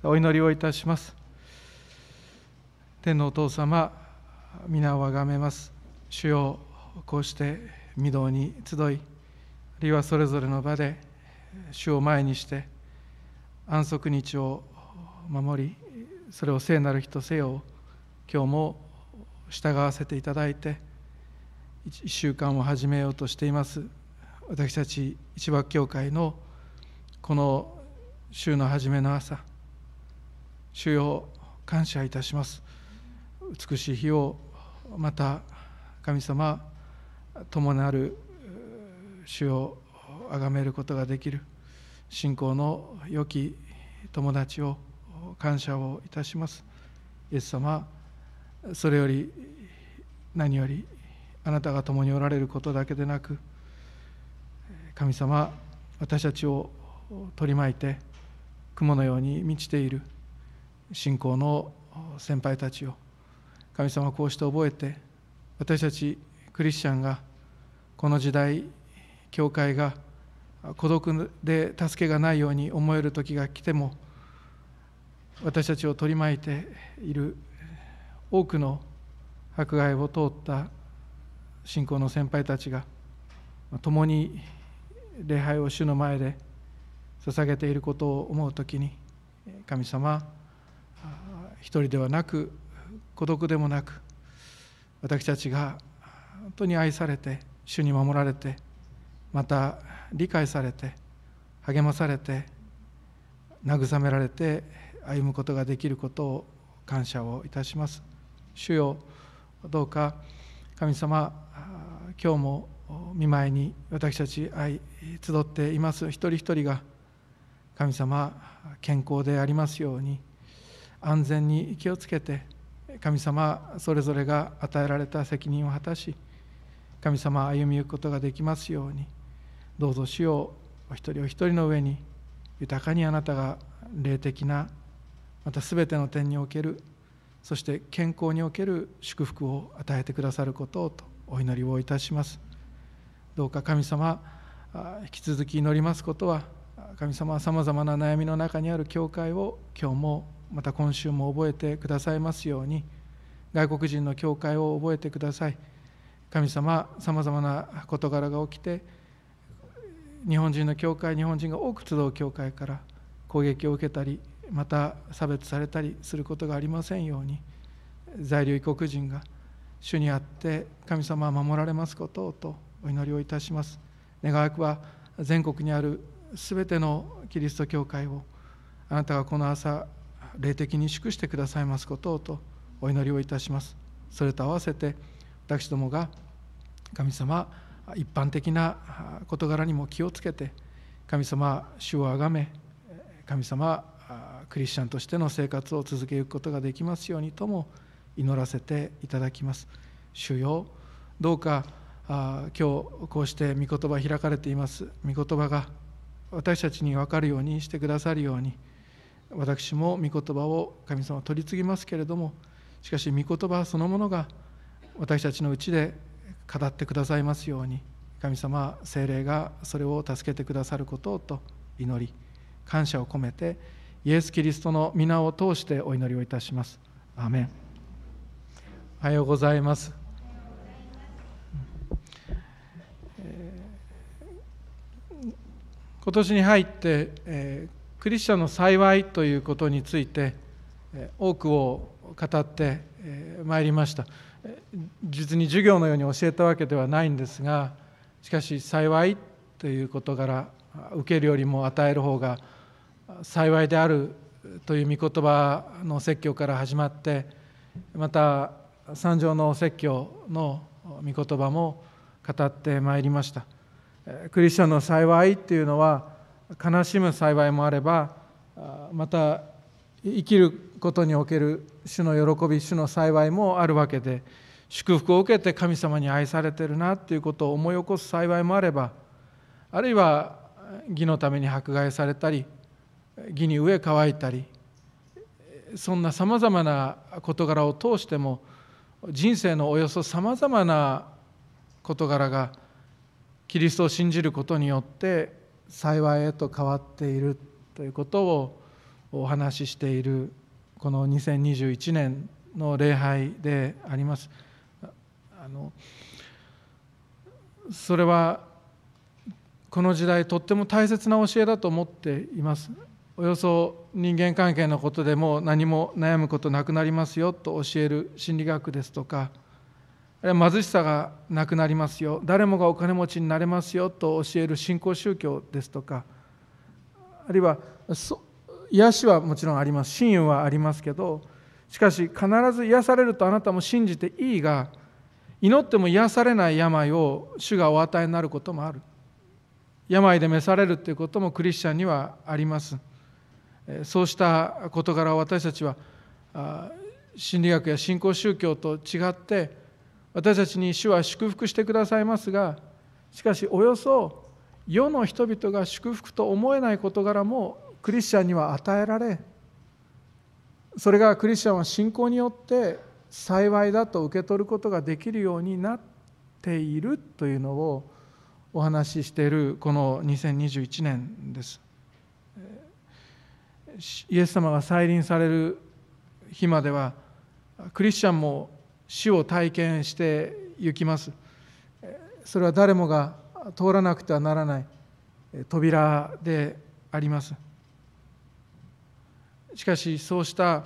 お祈りをいたします。天のお父様、皆をあがめます。主よ、こうして御堂に集い、あるいはそれぞれの場で主を前にして安息日を守り、それを聖なる日とせよ、今日も従わせていただいて1週間を始めようとしています私たち一幕教会のこの週の初めの朝、主よ、感謝いたします。美しい日をまた神様共なる主をあがめることができる信仰の良き友達を感謝をいたします。イエス様、それより何よりあなたが共におられることだけでなく、神様、私たちを取り巻いて雲のように満ちている信仰の先輩たちを神様、こうして覚えて、私たちクリスチャンがこの時代、教会が孤独で助けがないように思える時が来ても、私たちを取り巻いている多くの迫害を通った信仰の先輩たちが共に礼拝を主の前で捧げていることを思うときに、神様、一人ではなく孤独でもなく、私たちが本当に愛されて主に守られて、また理解されて励まされて慰められて歩むことができることを感謝をいたします。主よ、どうか神様、今日も御前に私たち集っています一人一人が神様、健康でありますように、安全に気をつけて神様、それぞれが与えられた責任を果たし、神様、歩みゆくことができますように、どうぞ主よ、お一人お一人の上に豊かにあなたが霊的な、またすべての点における、そして健康における祝福を与えてくださることをとお祈りをいたします。どうか神様、引き続き祈りますことは、神様、さまざまな悩みの中にある教会を今日もまた今週も覚えてくださいますように、外国人の教会を覚えてください。神様、さまざまな事柄が起きて、日本人の教会、日本人が多く集う教会から攻撃を受けたり、また差別されたりすることがありませんように、在留異国人が主にあって神様は守られますことをとお祈りをいたします。願わくは全国にあるすべてのキリスト教会をあなたがこの朝霊的に祝してくださいますことをとお祈りをいたします。それと合わせて私どもが神様、一般的な事柄にも気をつけて、神様、主をあがめ、神様、クリスチャンとしての生活を続けることができますようにとも祈らせていただきます。主よ、どうか今日こうして御言葉開かれています。御言葉が私たちに分かるようにしてくださるように、私も御言葉を神様取り次ぎますけれども、しかし御言葉そのものが私たちのうちで語ってくださいますように、神様、聖霊がそれを助けてくださることをと祈り、感謝を込めてイエス・キリストの皆を通してお祈りをいたします。アーメン。おはようございます。今年に入って、クリスチャンの幸いということについて多くを語ってまいりました。実に授業のように教えたわけではないんですが、しかし幸いという事柄、受けるよりも与える方が幸いであるという御言葉の説教から始まって、また三条の説教の御言葉も語ってまいりました。クリスチャンの幸いっていうのは、悲しむ幸いもあれば、また生きることにおける主の喜び、主の幸いもあるわけで、祝福を受けて神様に愛されているなということを思い起こす幸いもあれば、あるいは義のために迫害されたり、義に飢え渇いたり、そんなさまざまな事柄を通しても、人生のおよそさまざまな事柄がキリストを信じることによって幸いへと変わっているということをお話ししているこの2021年の礼拝であります。それはこの時代とっても大切な教えだと思っています。およそ人間関係のことでも何も悩むことなくなりますよと教える心理学ですとか、あるいは貧しさがなくなりますよ、誰もがお金持ちになれますよと教える新興宗教ですとか、あるいは癒しはもちろんあります、信用はありますけど、しかし必ず癒されるとあなたも信じていいが、祈っても癒されない病を主がお与えになることもある。病で召されるということもクリスチャンにはあります。そうした事柄を私たちは心理学や新興宗教と違って、私たちに主は祝福してくださいますが、しかしおよそ世の人々が祝福と思えない事柄もクリスチャンには与えられ、それがクリスチャンは信仰によって幸いだと受け取ることができるようになっているというのをお話ししているこの2021年です。イエス様が再臨される日まではクリスチャンも死を体験して行きます。それは誰もが通らなくてはならない扉であります。しかしそうした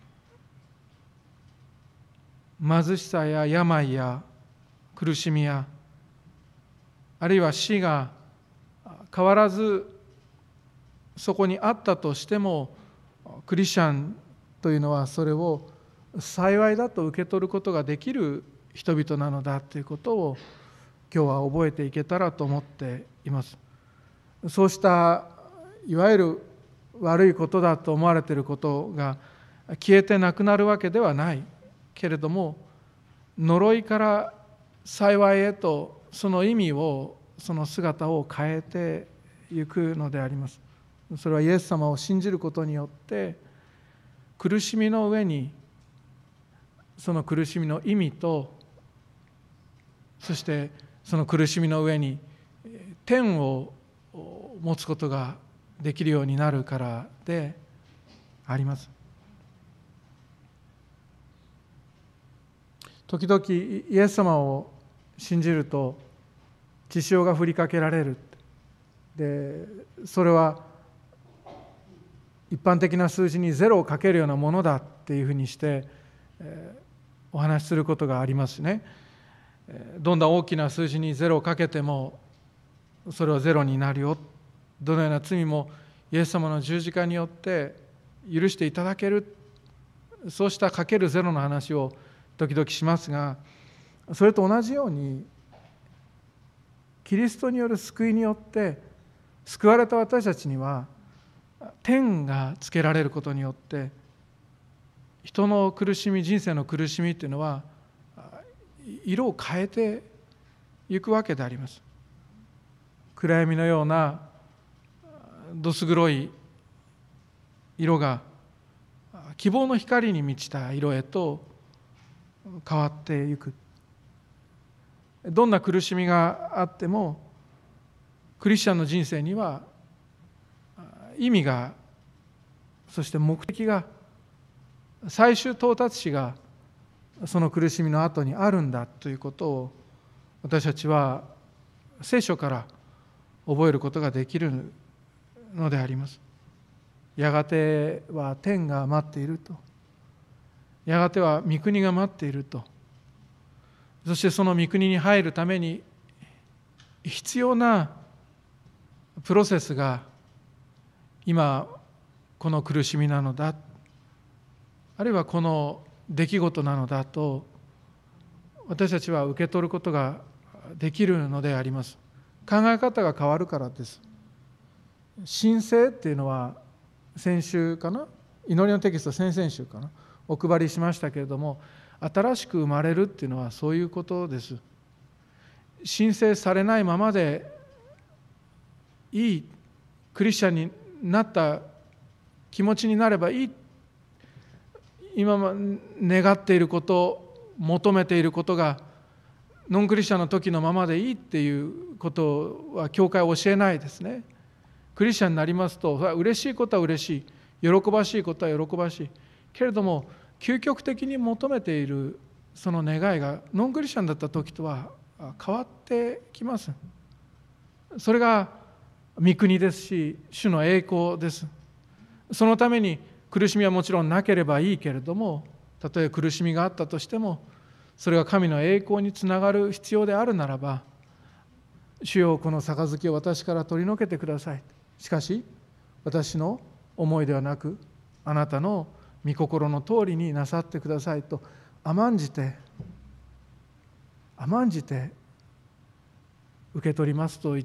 貧しさや病や苦しみや、あるいは死が変わらずそこにあったとしても、クリスチャンというのはそれを幸いだと受け取ることができる人々なのだということを今日は覚えていけたらと思っています。そうしたいわゆる悪いことだと思われていることが消えてなくなるわけではないけれども、呪いから幸いへとその意味を、その姿を変えていくのであります。それはイエス様を信じることによって、苦しみの上にその苦しみの意味と、そしてその苦しみの上に天を持つことができるようになるからであります。時々イエス様を信じると血潮が振りかけられる。でそれは一般的な数字に0をかけるようなものだっていうふうにして、お話しすることがありますね。どんな大きな数字に0をかけてもそれは0になるよ。どのような罪もイエス様の十字架によって許していただける。そうしたかける0の話を時々しますが、それと同じようにキリストによる救いによって救われた私たちには天がつけられることによって、人の苦しみ、人生の苦しみというのは色を変えていくわけであります。暗闇のようなどす黒い色が希望の光に満ちた色へと変わっていく。どんな苦しみがあってもクリスチャンの人生には意味が、そして目的が、最終到達地がその苦しみの後にあるんだということを私たちは聖書から覚えることができるのであります。やがては天が待っていると、やがては御国が待っていると、そしてその御国に入るために必要なプロセスが今この苦しみなのだ、あるいはこの出来事なのだと私たちは受け取ることができるのであります。考え方が変わるからです。神聖っていうのは先週かな、祈りのテキスト先々週かな、お配りしましたけれども、新しく生まれるっていうのはそういうことです。神聖されないままでいいクリスチャンになった気持ちになればいい、今願っていること、求めていることがノンクリスチャンの時のままでいいっていうことは教会は教えないですね。クリスチャンになりますと、嬉しいことは嬉しい、 喜ばしいことは喜ばしいけれども、究極的に求めているその願いがノンクリスチャンだった時とは変わってきます。それが御国ですし、主の栄光です。そのために苦しみはもちろんなければいいけれども、たとえ苦しみがあったとしても、それが神の栄光につながる必要であるならば、主よ、この杯を私から取り除けてください。しかし私の思いではなく、あなたの御心の通りになさってくださいと甘んじて受け取りますと言って、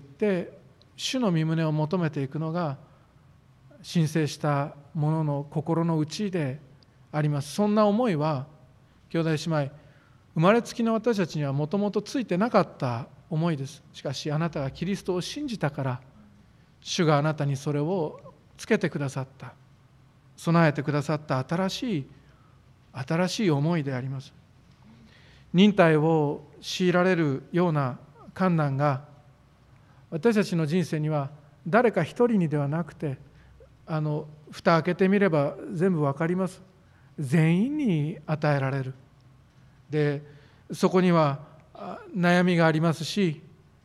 主の御胸を求めていくのが申請した者の心の内であります。そんな思いは兄弟姉妹、生まれつきの私たちにはもともとついてなかった思いです。しかしあなたがキリストを信じたから、主があなたにそれをつけてくださった、備えてくださった新しい思いであります。忍耐を強いられるような困難が私たちの人生には誰か一人にではなくて、蓋開けてみれば全部わかります。全員に与えられる。で、そこには悩みがありますし、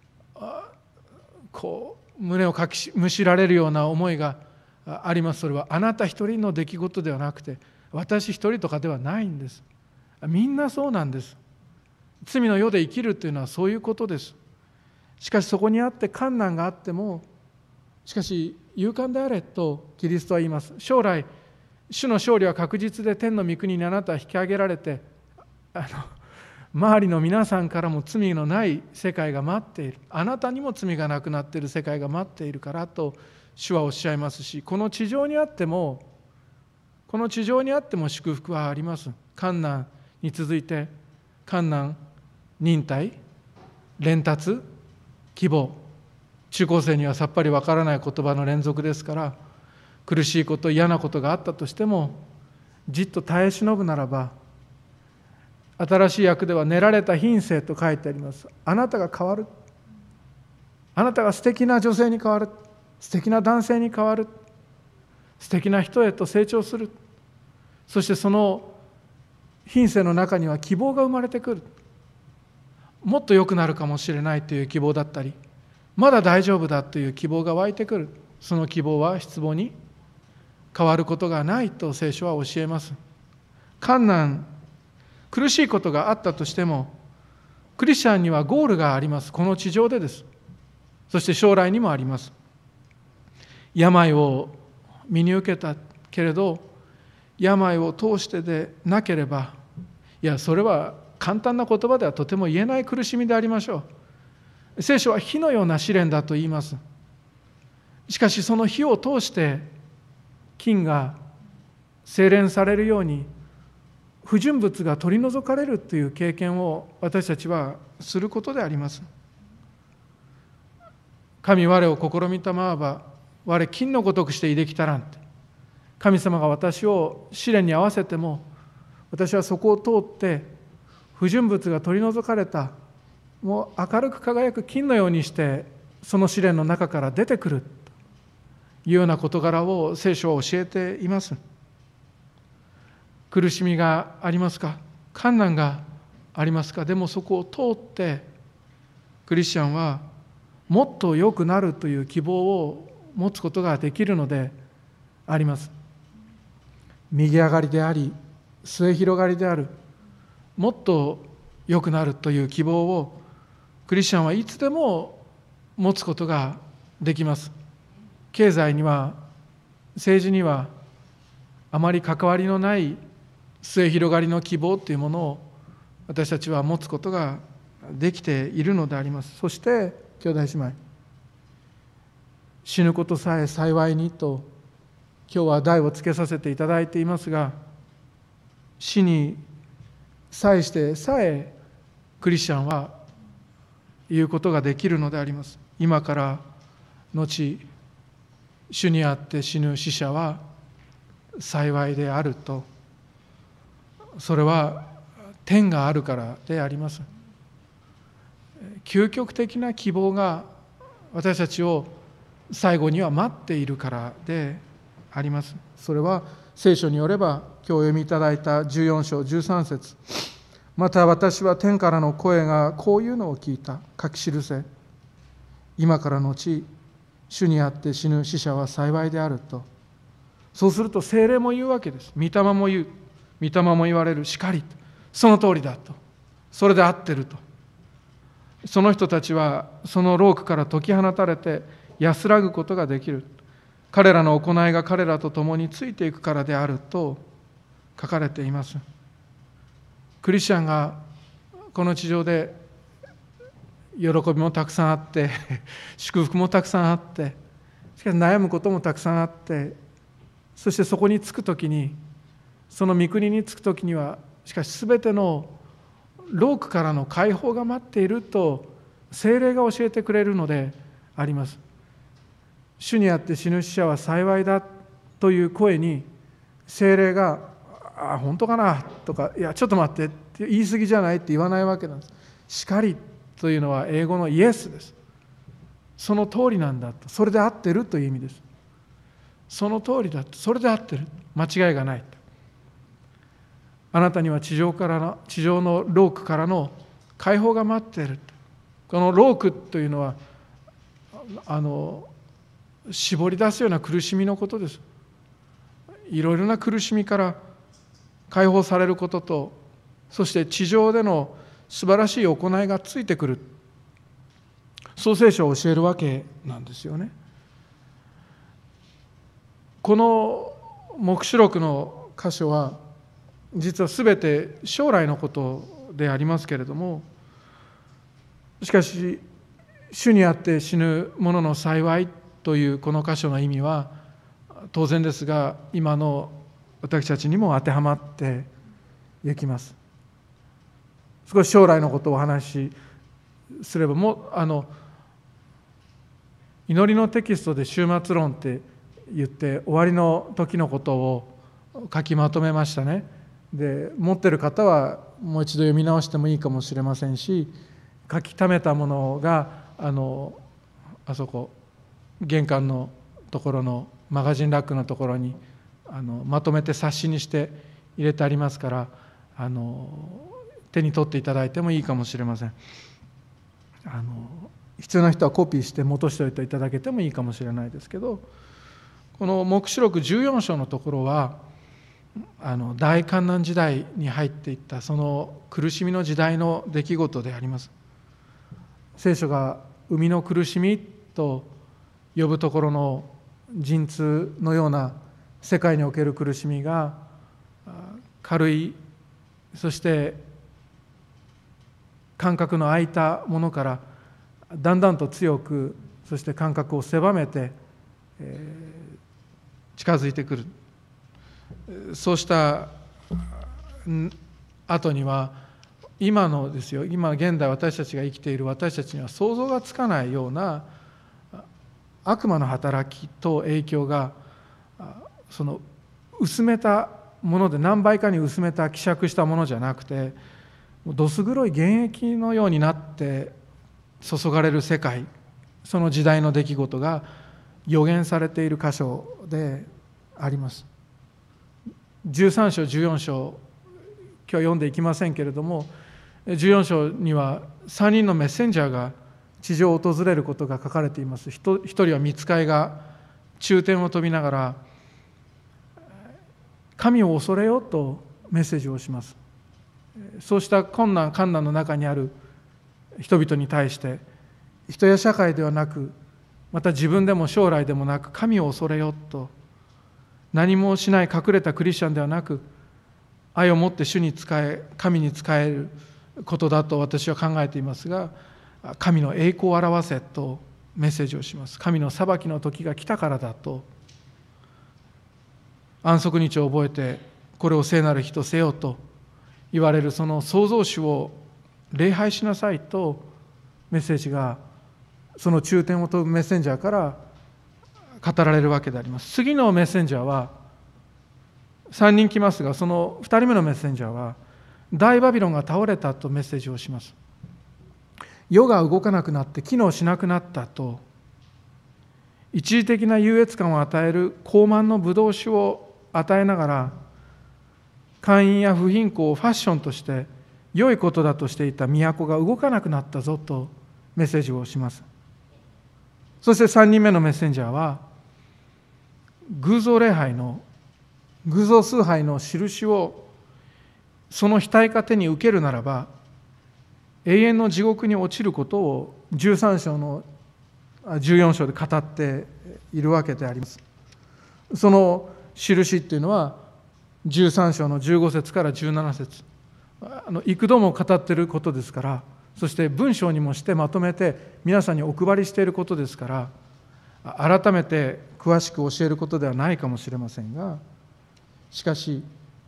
胸をかきむしられるような思いがあります。それはあなた一人の出来事ではなくて、私一人とかではないんです。みんなそうなんです。罪の世で生きるというのはそういうことです。しかしそこにあって困難があっても、しかし勇敢であれとキリストは言います。将来主の勝利は確実で、天の御国にあなたは引き上げられて、周りの皆さんからも罪のない世界が待っている、あなたにも罪がなくなっている世界が待っているからと主はおっしゃいますし、この地上にあっても祝福はあります。困難に続いて困難、忍耐、連達、希望、中高生にはさっぱりわからない言葉の連続ですから、苦しいこと、嫌なことがあったとしてもじっと耐え忍ぶならば、新しい訳では練られた品性と書いてあります。あなたが変わる、あなたが素敵な女性に変わる、素敵な男性に変わる、素敵な人へと成長する。そしてその品性の中には希望が生まれてくる。もっと良くなるかもしれないという希望だったり、まだ大丈夫だという希望が湧いてくる。その希望は失望に変わることがないと聖書は教えます。困難、苦しいことがあったとしても、クリスチャンにはゴールがあります。この地上でです。そして将来にもあります。病を身に受けたけれど、病を通してでなければ、それは簡単な言葉ではとても言えない苦しみでありましょう。聖書は火のような試練だと言います。しかしその火を通して菌が精錬されるように、不純物が取り除かれるという経験を私たちはすることであります。神我を試みたまわば、我金のごとくしていできたらんって。神様が私を試練に合わせても、私はそこを通って不純物が取り除かれた、もう明るく輝く金のようにしてその試練の中から出てくるというような事柄を聖書は教えています。苦しみがありますか、困難がありますか。でもそこを通ってクリスチャンはもっと良くなるという希望を持つことができるのであります。右上がりであり末広がりである、もっと良くなるという希望をクリスチャンはいつでも持つことができます。経済には政治にはあまり関わりのない末広がりの希望というものを私たちは持つことができているのであります。そして兄弟姉妹、死ぬことさえ幸いにと今日は題をつけさせていただいていますが、死に際してさえクリスチャンは言うことができるのであります。今から後主にあって死ぬ死者は幸いであると。それは天があるからであります。究極的な希望が私たちを最後には待っているからであります。 それは聖書によれば、今日お読みいただいた14章13節、また私は天からの声がこういうのを聞いた。書き記せ。今からのち、主にあって死ぬ死者は幸いであると。そうすると聖霊も言うわけです。御霊も言う。御霊も言われる。しかり。その通りだと。それで合ってると。その人たちはその労苦から解き放たれて安らぐことができる。彼らの行いが彼らと共についていくからであると書かれています。クリスチャンがこの地上で喜びもたくさんあって祝福もたくさんあって、しかし悩むこともたくさんあって、そしてそこに着くときに、その御国に着くときには、しかしすべての労苦からの解放が待っていると聖霊が教えてくれるのであります。主にあって死ぬ死者は幸いだという声に聖霊が本当かなとか、いやちょっと待ってって言い過ぎじゃないって言わないわけなんです。しかりというのは英語のイエスです。その通りなんだと、それで合ってるという意味です。その通りだと、それで合ってる、間違いがない。あなたには地上の労苦からの解放が待っている。この労苦というのは絞り出すような苦しみのことです。いろいろな苦しみから解放されることと、そして地上での素晴らしい行いがついてくる、そう聖書を教えるわけなんですよね。この黙示録の箇所は実はすべて将来のことでありますけれども、しかし主にあって死ぬ者の幸いというこの箇所の意味は当然ですが、今の私たちにも当てはまっていきます。少し将来のことをお話しすれば、祈りのテキストで終末論って言って終わりの時のことを書きまとめましたね。で、持っている方はもう一度読み直してもいいかもしれませんし、書き溜めたものがあそこ玄関のところのマガジンラックのところにまとめて冊子にして入れてありますから、手に取っていただいてもいいかもしれません。必要な人はコピーして戻しておいていただけてもいいかもしれないですけど、この黙示録14章のところは大患難時代に入っていったその苦しみの時代の出来事であります。聖書が生みの苦しみと呼ぶところの陣痛のような世界における苦しみが軽い、そして感覚の空いたものからだんだんと強く、そして感覚を狭めて近づいてくる。そうした後には今のですよ、今現代私たちが生きている私たちには想像がつかないような悪魔の働きと影響がその薄めたもので、何倍かに薄めた希釈したものじゃなくて、どす黒い原液のようになって注がれる世界、その時代の出来事が予言されている箇所であります。13章14章、今日は読んでいきませんけれども、14章には3人のメッセンジャーが地上を訪れることが書かれています。一人は御使いが中天を飛びながら神を恐れよとメッセージをします。そうした困難の中にある人々に対して、人や社会ではなく、また自分でも将来でもなく、神を恐れよと、何もしない隠れたクリスチャンではなく、愛を持って主に仕え、神に仕えることだと私は考えていますが、神の栄光を表せとメッセージをします。神の裁きの時が来たからだと、安息日を覚えてこれを聖なる日とせよと言われるその創造主を礼拝しなさいとメッセージがその中天を飛ぶメッセンジャーから語られるわけであります。次のメッセンジャーは3人来ますが、その2人目のメッセンジャーは大バビロンが倒れたとメッセージをします。世が動かなくなって機能しなくなったと、一時的な優越感を与える高慢のブドウ酒を与えながら、姦淫や不貧困をファッションとして良いことだとしていた都が動かなくなったぞとメッセージをします。そして3人目のメッセンジャーは、偶像崇拝の印をその額か手に受けるならば、永遠の地獄に落ちることを14章で語っているわけであります。その印っていうのは13章の15節から17節、幾度も語っていることですから、そして文章にもしてまとめて皆さんにお配りしていることですから、改めて詳しく教えることではないかもしれませんが、しかし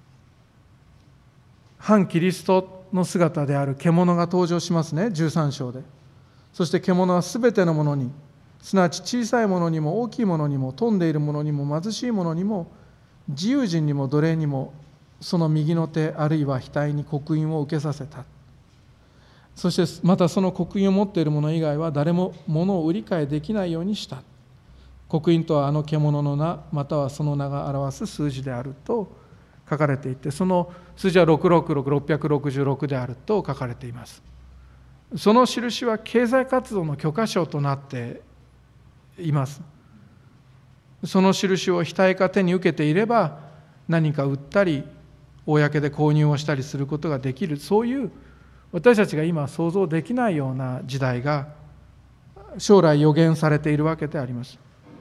反キリストの姿である獣が登場しますね、13章で。そして獣はすべてのものに、すなわち小さいものにも大きいものにも、富んでいるものにも貧しいものにも、自由人にも奴隷にも、その右の手あるいは額に刻印を受けさせた。そしてまたその刻印を持っている者以外は誰も物を売り買いできないようにした。刻印とはあの獣の名、またはその名が表す数字であると書かれていて、その数字は666であると書かれています。その印は経済活動の許可証となっています。その印を額か手に受けていれば、何か売ったり公で購入をしたりすることができる、そういう私たちが今想像できないような時代が将来予言されているわけであります。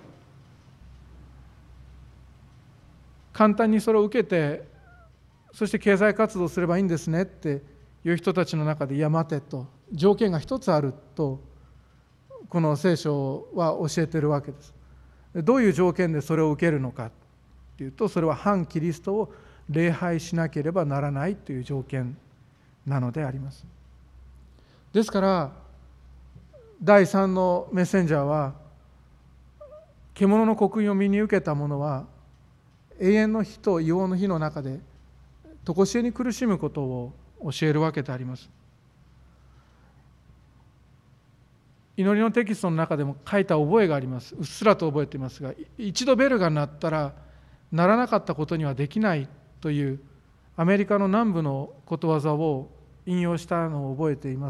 簡単にそれを受けて、そして経済活動すればいいんですねっていう人たちの中で、いや待てと、条件が一つあるとこの聖書は教えているわけです。どういう条件でそれを受けるのかというと、それは反キリストを礼拝しなければならないという条件なのであります。ですから第3のメッセンジャーは、獣の刻印を身に受けた者は永遠の日と硫黄の日の中で常しえに苦しむことを教えるわけであります。祈りのテキストの中でも書いた覚えがあります。うっすらと覚えていますが、一度ベルが鳴ったら鳴らなかったことにはできないというアメリカの南部のことわざを引用したのを覚えています。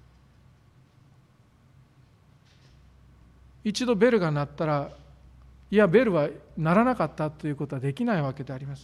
一度ベルが鳴ったら、いやベルは鳴らなかったということはできないわけであります。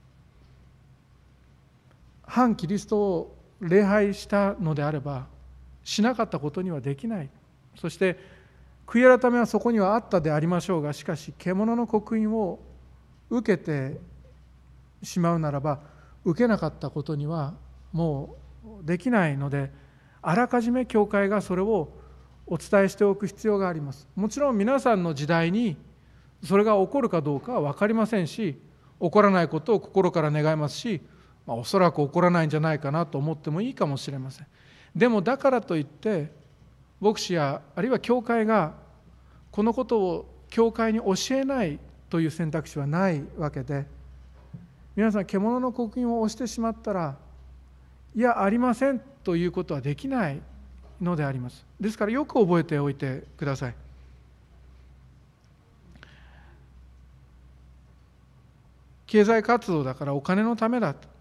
反キリストを礼拝したのであれば、しなかったことにはできない。そして悔い改めはそこにはあったでありましょうが、しかし獣の刻印を受けてしまうならば、受けなかったことにはもうできないので、あらかじめ教会がそれをお伝えしておく必要があります。もちろん皆さんの時代にそれが起こるかどうかは分かりませんし、起こらないことを心から願いますし、おそらく起こらないんじゃないかなと思ってもいいかもしれません。でもだからといって牧師やあるいは教会がこのことを教会に教えないという選択肢はないわけで、皆さん獣の刻印を押してしまったら、いやありませんということはできないのであります。ですからよく覚えておいてください。経済活動だからお金のためだと、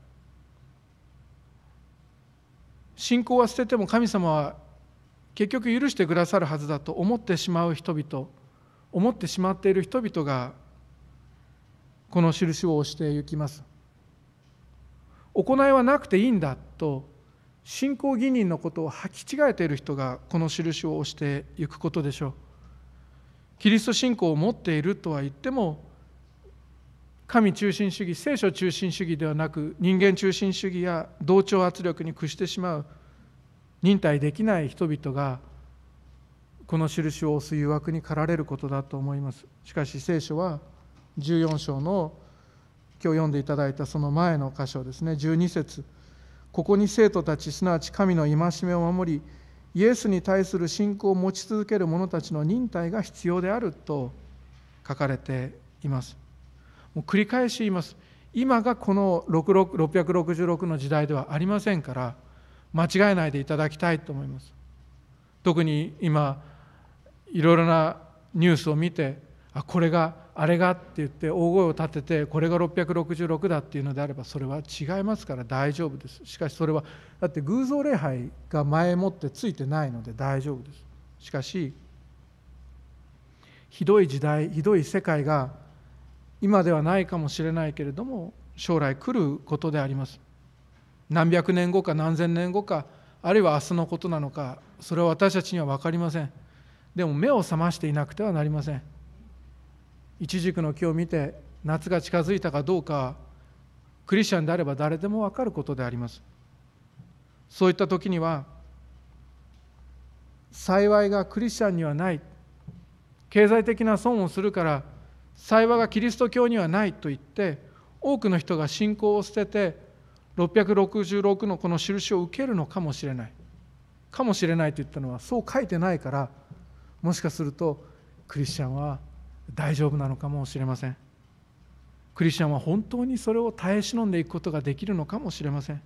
信仰は捨てても神様は結局許してくださるはずだと思ってしまう人々、思ってしまっている人々がこの印を押していきます。行いはなくていいんだと信仰義人のことを履き違えている人がこの印を押していくことでしょう。キリスト信仰を持っているとは言っても、神中心主義、聖書中心主義ではなく人間中心主義や同調圧力に屈してしまう忍耐できない人々がこの印を押す誘惑に駆られることだと思います。しかし聖書は14章の今日読んでいただいたその前の箇所ですね、12節、ここに生徒たち、すなわち神の戒めを守りイエスに対する信仰を持ち続ける者たちの忍耐が必要であると書かれています。もう繰り返し言います。今がこの666の時代ではありませんから、間違えないでいただきたいと思います。特に今いろいろなニュースを見て、これがあれがって言って大声を立てて、これが666だっていうのであれば、それは違いますから大丈夫です。しかしそれはだって偶像礼拝が前もってついてないので大丈夫です。しかしひどい時代、ひどい世界が今ではないかもしれないけれども、将来来ることであります。何百年後か何千年後か、あるいは明日のことなのか、それは私たちには分かりません。でも目を覚ましていなくてはなりません。イチジクの木を見て夏が近づいたかどうか、クリスチャンであれば誰でも分かることであります。そういった時には、幸いがクリスチャンにはない、経済的な損をするから幸いがキリスト教にはないと言って、多くの人が信仰を捨てて666のこの印を受けるのかもしれない。かもしれないと言ったのは、そう書いてないから、もしかするとクリスチャンは大丈夫なのかもしれません。クリスチャンは本当にそれを耐え忍んでいくことができるのかもしれません。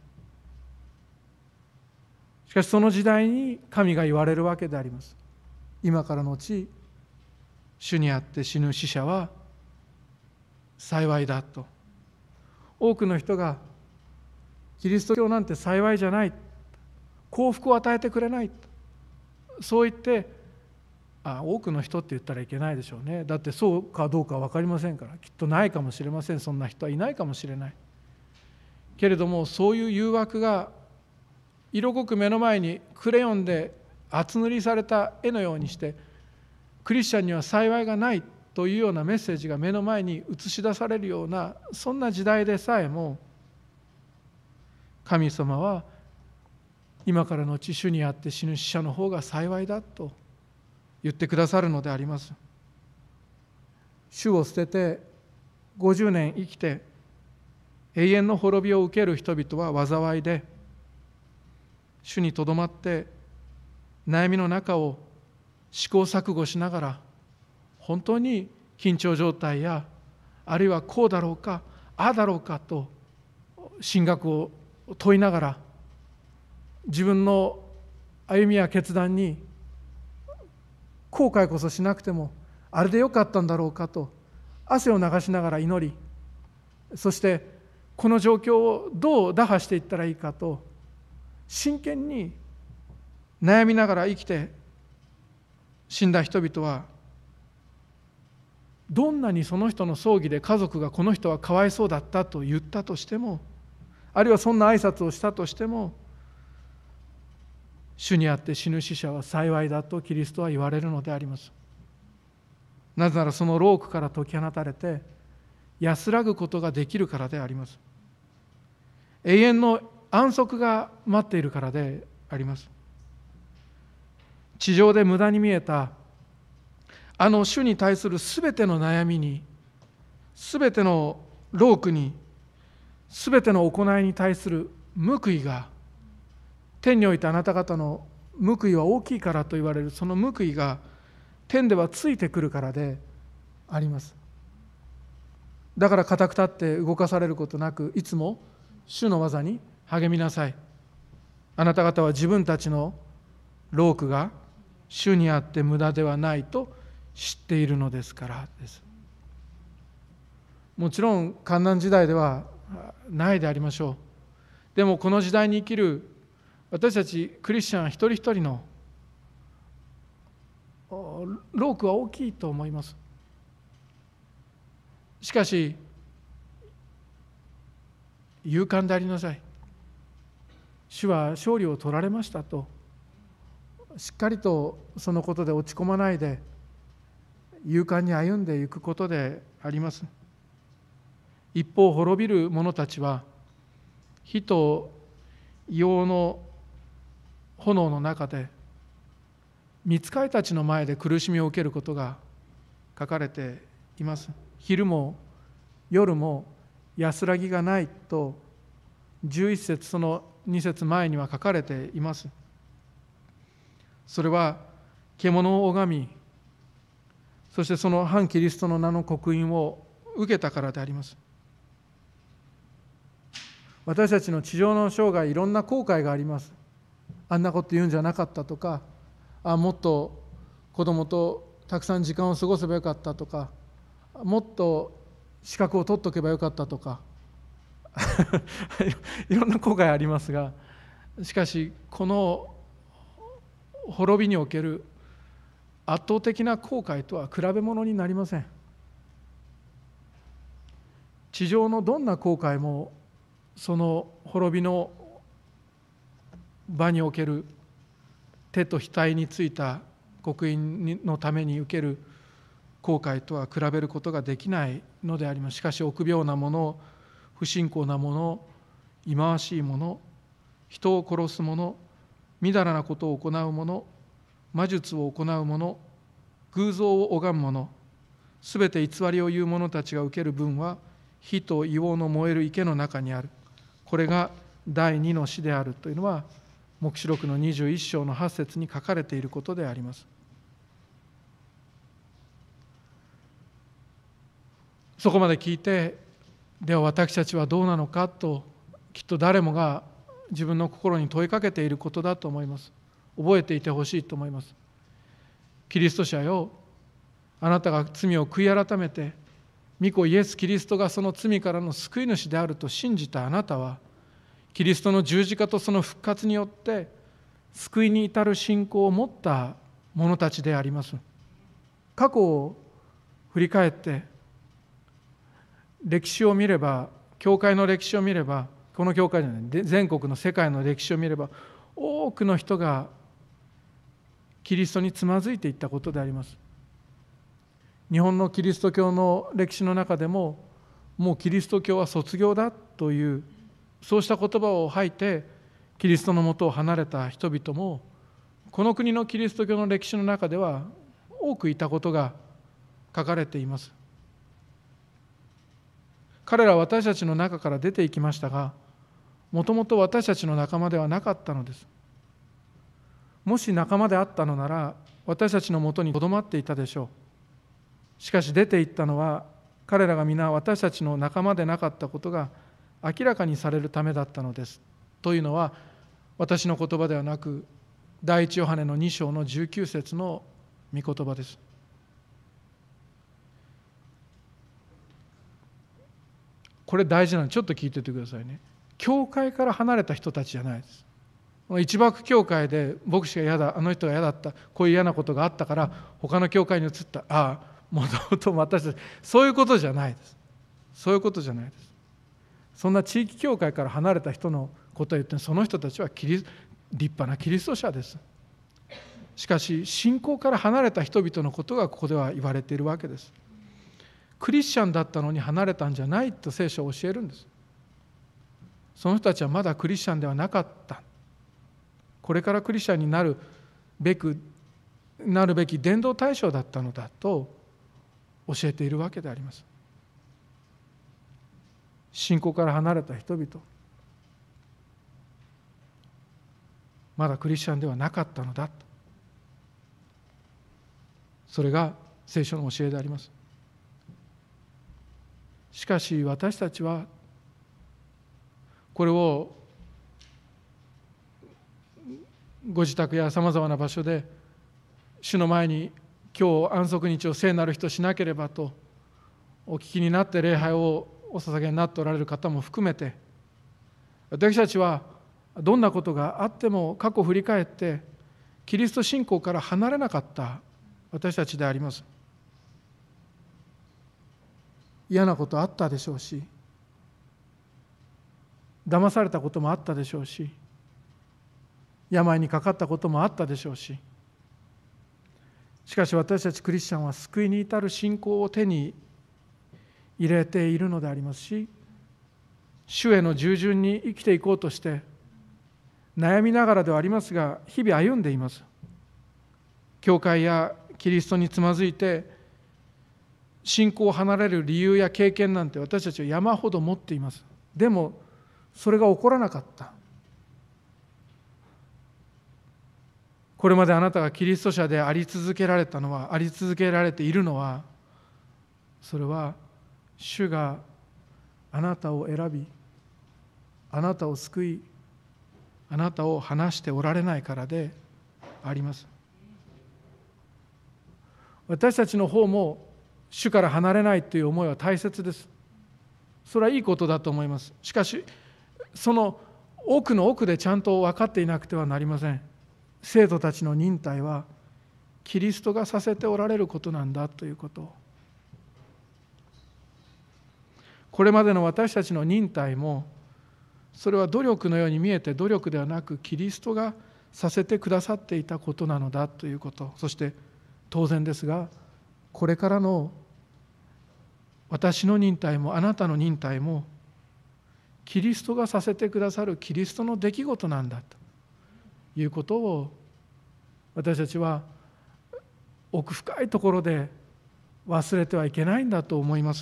しかしその時代に神が言われるわけであります。今からのち、主にあって死ぬ死者は幸いだと。多くの人がキリスト教なんて幸いじゃない、幸福を与えてくれない、そう言って、多くの人って言ったらいけないでしょうね。だってそうかどうか分かりませんから、きっとないかもしれません。そんな人はいないかもしれない。けれども、そういう誘惑が色濃く目の前にクレヨンで厚塗りされた絵のようにして、クリスチャンには幸いがないというようなメッセージが目の前に映し出されるような、そんな時代でさえも、神様は今からのち主にあって死ぬ死者の方が幸いだと言ってくださるのであります。主を捨てて50年生きて永遠の滅びを受ける人々は災いで、主にとどまって悩みの中を試行錯誤しながら、本当に緊張状態や、あるいはこうだろうかああだろうかと神学を問いながら、自分の歩みや決断に後悔こそしなくてもあれでよかったんだろうかと汗を流しながら祈り、そしてこの状況をどう打破していったらいいかと真剣に悩みながら生きて死んだ人々は、どんなにその人の葬儀で家族がこの人はかわいそうだったと言ったとしても、あるいはそんな挨拶をしたとしても、主にあって死ぬ死者は幸いだとキリストは言われるのであります。なぜならその労苦から解き放たれて安らぐことができるからであります。永遠の安息が待っているからであります。地上で無駄に見えた主に対するすべての悩みに、すべての労苦に、すべての行いに対する報いが、天においてあなた方の報いは大きいからと言われる、その報いが天ではついてくるからであります。だから固く立って動かされることなく、いつも主の技に励みなさい。あなた方は自分たちの労苦が主にあって無駄ではないと知っているのですからです。もちろん患難時代ではないでありましょう。でもこの時代に生きる私たちクリスチャン一人一人の労苦は大きいと思います。しかし勇敢でありなさい。主は勝利を取られましたと、しっかりとそのことで落ち込まないで勇敢に歩んでいくことであります。一方滅びる者たちは火と硫黄の炎の中で御使いたちの前で苦しみを受けることが書かれています。昼も夜も安らぎがないと11節その2節前には書かれています。それは獣を拝み、そしてその反キリストの名の刻印を受けたからであります。私たちの地上の生涯、いろんな後悔があります。あんなこと言うんじゃなかったとか、もっと子供とたくさん時間を過ごせばよかったとか、 もっと資格を取っとけばよかったとかいろんな後悔ありますが、しかしこの滅びにおける圧倒的な後悔とは比べ物になりません。地上のどんな後悔もその滅びの場における手と額についた刻印のために受ける後悔とは比べることができないのであります。しかし臆病なもの、不信仰なもの、忌まわしいもの、人を殺すもの、みだらなことを行うもの、魔術を行うもの、偶像を拝むもの、すべて偽りを言う者たちが受ける分は火と硫黄の燃える池の中にある。これが第二の死であるというのは黙示録の21章の8節に書かれていることであります。そこまで聞いて、では私たちはどうなのかときっと誰もが自分の心に問いかけていることだと思います。覚えていてほしいと思います。キリスト者よ、あなたが罪を悔い改めて御子イエス・キリストがその罪からの救い主であると信じたあなたは、キリストの十字架とその復活によって救いに至る信仰を持った者たちであります。過去を振り返って歴史を見れば、教会の歴史を見れば、この教会じゃない、全国の世界の歴史を見れば、多くの人がキリストにつまずいていったことであります。日本のキリスト教の歴史の中でも、もうキリスト教は卒業だという、そうした言葉を吐いてキリストのもとを離れた人々も、この国のキリスト教の歴史の中では多くいたことが書かれています。彼らは私たちの中から出ていきましたが、もともと私たちの仲間ではなかったのです。もし仲間であったのなら、私たちのもとにとどまっていたでしょう。しかし出て行ったのは、彼らが皆私たちの仲間でなかったことが明らかにされるためだったのです。というのは、私の言葉ではなく、第一ヨハネの2章の19節の御言葉です。これ大事なので、ちょっと聞いててくださいね。教会から離れた人たちじゃないです。一幕教会で牧師が嫌だ、あの人が嫌だった、こういう嫌なことがあったから他の教会に移った、ああ、もともと私たち、そういうことじゃないです。そういうことじゃないです。そんな地域教会から離れた人のことを言って、その人たちは立派なキリスト者です。しかし信仰から離れた人々のことがここでは言われているわけです。クリスチャンだったのに離れたんじゃないと聖書は教えるんです。その人たちはまだクリスチャンではなかった。これからクリスチャンになるべき伝道対象だったのだと教えているわけであります。信仰から離れた人々、まだクリスチャンではなかったのだと、それが聖書の教えであります。しかし私たちはこれをご自宅やさまざまな場所で主の前に今日安息日を聖なる日としなければとお聞きになって礼拝をお捧げになっておられる方も含めて、私たちはどんなことがあっても過去を振り返ってキリスト信仰から離れなかった私たちであります。嫌なことあったでしょうし、騙されたこともあったでしょうし、病にかかったこともあったでしょうし、しかし私たちクリスチャンは救いに至る信仰を手に入れているのでありますし、主への従順に生きていこうとして悩みながらではありますが日々歩んでいます。教会やキリストにつまずいて信仰を離れる理由や経験なんて私たちは山ほど持っています。でもそれが起こらなかった。これまであなたがキリスト者であり続けられているのは、それは主があなたを選び、あなたを救い、あなたを離しておられないからであります。私たちの方も主から離れないという思いは大切です。それはいいことだと思います。しかしその奥の奥でちゃんと分かっていなくてはなりません。生徒たちの忍耐はキリストがさせておられることなんだということを、これまでの私たちの忍耐もそれは努力のように見えて努力ではなくキリストがさせてくださっていたことなのだということ、そして当然ですがこれからの私の忍耐もあなたの忍耐もキリストがさせてくださるキリストの出来事なんだということを私たちは奥深いところで忘れてはいけないんだと思います。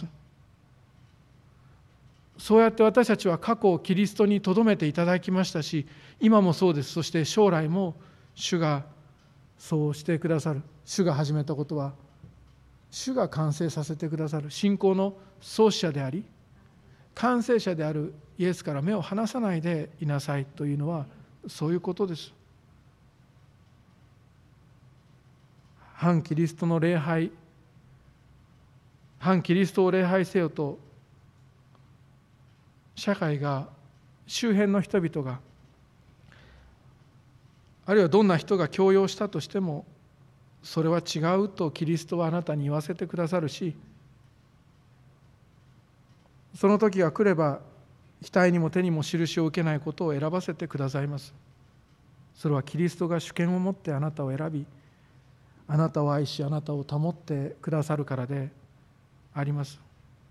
そうやって私たちは過去をキリストに留めていただきましたし、今もそうです。そして将来も主がそうしてくださる。主が始めたことは主が完成させてくださる。信仰の創始者であり完成者であるイエスから目を離さないでいなさいというのはそういうことです。反キリストの礼拝、反キリストを礼拝せよと社会が、周辺の人々が、あるいはどんな人が強要したとしてもそれは違うとキリストはあなたに言わせてくださるし、その時が来れば額にも手にも印を受けないことを選ばせてくださいます。それはキリストが主権を持ってあなたを選び、あなたを愛しあなたを保ってくださるからであります。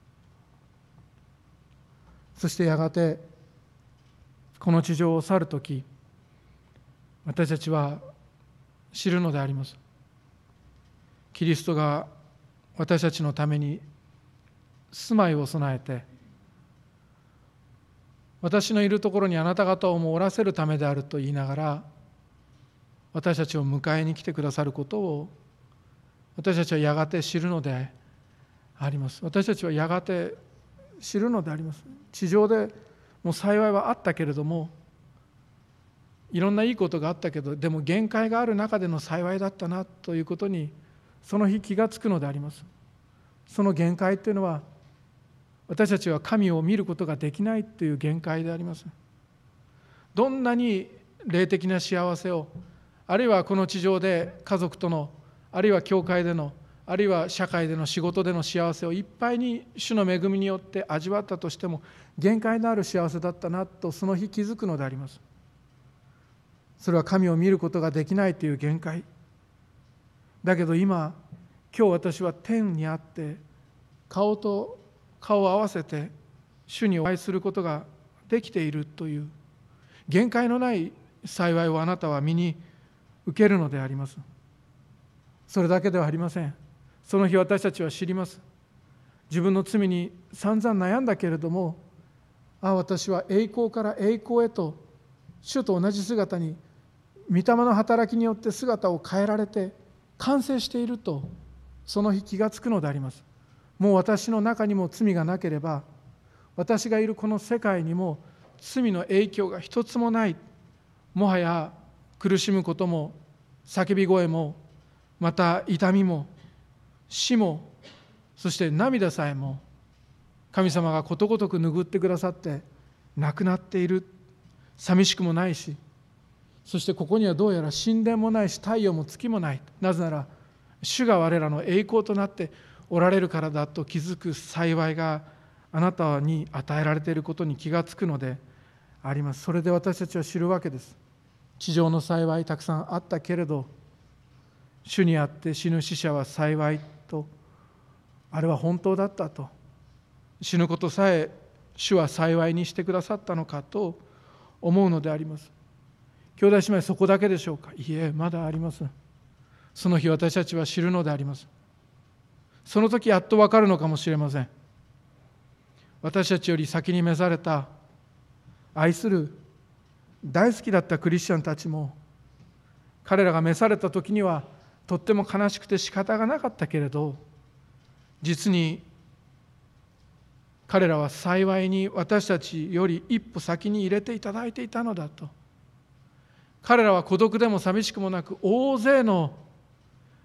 そしてやがてこの地上を去るとき、私たちは知るのであります。キリストが私たちのために住まいを備えて、私のいるところにあなた方をもおらせるためであると言いながら私たちを迎えに来てくださることを私たちはやがて知るのであります。私たちはやがて知るのであります。地上でもう幸いはあったけれども、いろんないいことがあったけど、でも限界がある中での幸いだったなということにその日気がつくのであります。その限界というのは私たちは神を見ることができないという限界であります。どんなに霊的な幸せを、あるいはこの地上で家族との、あるいは教会での、あるいは社会での仕事での幸せをいっぱいに主の恵みによって味わったとしても、限界のある幸せだったなとその日気づくのであります。それは神を見ることができないという限界だけど、今日私は天にあって顔と顔を合わせて主にお会いすることができているという限界のない幸いをあなたは身に受けるのであります。それだけではありません。その日私たちは知ります。自分の罪に散々悩んだけれども、私は栄光から栄光へと主と同じ姿に御霊の働きによって姿を変えられて完成しているとその日気がつくのであります。もう私の中にも罪がなければ、私がいるこの世界にも罪の影響が一つもない。もはや苦しむことも叫び声も、また痛みも死も、そして涙さえも神様がことごとく拭ってくださってなくなっている。寂しくもないし、そしてここにはどうやら神殿もないし太陽も月もない。なぜなら主が我らの栄光となっておられるからだと気づく幸いがあなたに与えられていることに気がつくのであります。それで私たちは知るわけです。地上の幸いたくさんあったけれど、主にあって死ぬ死者は幸いと、あれは本当だったと、死ぬことさえ主は幸いにしてくださったのかと思うのであります。兄弟姉妹、そこだけでしょうか。いいえ、まだあります。その日私たちは知るのであります。その時やっと分かるのかもしれません。私たちより先に召された愛する大好きだったクリスチャンたちも、彼らが召された時にはとっても悲しくて仕方がなかったけれど、実に彼らは幸いに私たちより一歩先に入れていただいていたのだと。彼らは孤独でも寂しくもなく、大勢の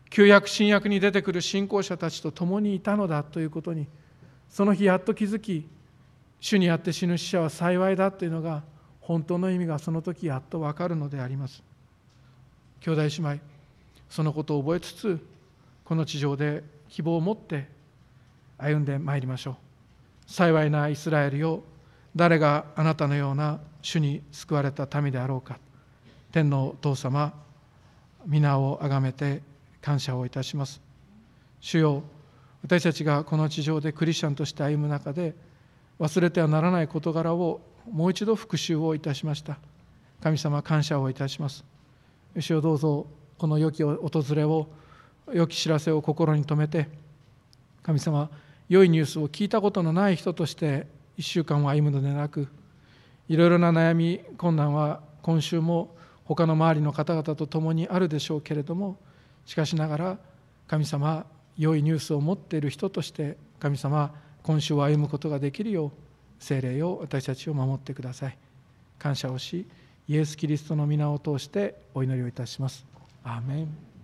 旧約新約に出てくる信仰者たちと共にいたのだということに、その日やっと気づき、主にあって死ぬ死者は幸いだというのが、本当の意味がその時やっと分かるのであります。兄弟姉妹、そのことを覚えつつ、この地上で希望を持って歩んでまいりましょう。幸いなイスラエルよ、誰があなたのような主に救われた民であろうか。天のお父様、皆をあがめて感謝をいたします。主よ、私たちがこの地上でクリスチャンとして歩む中で、忘れてはならない事柄をもう一度復習をいたしました。神様、感謝をいたします。主よ、どうぞこの良き訪れを、良き知らせを心に留めて、神様、良いニュースを聞いたことのない人として1週間を歩むのでなく、いろいろな悩み困難は今週も他の周りの方々と共にあるでしょうけれども、しかしながら神様、良いニュースを持っている人として神様、今週を歩むことができるよう聖霊よ、私たちを守ってください。感謝をし、イエス・キリストの皆を通してお祈りをいたします。アーメン。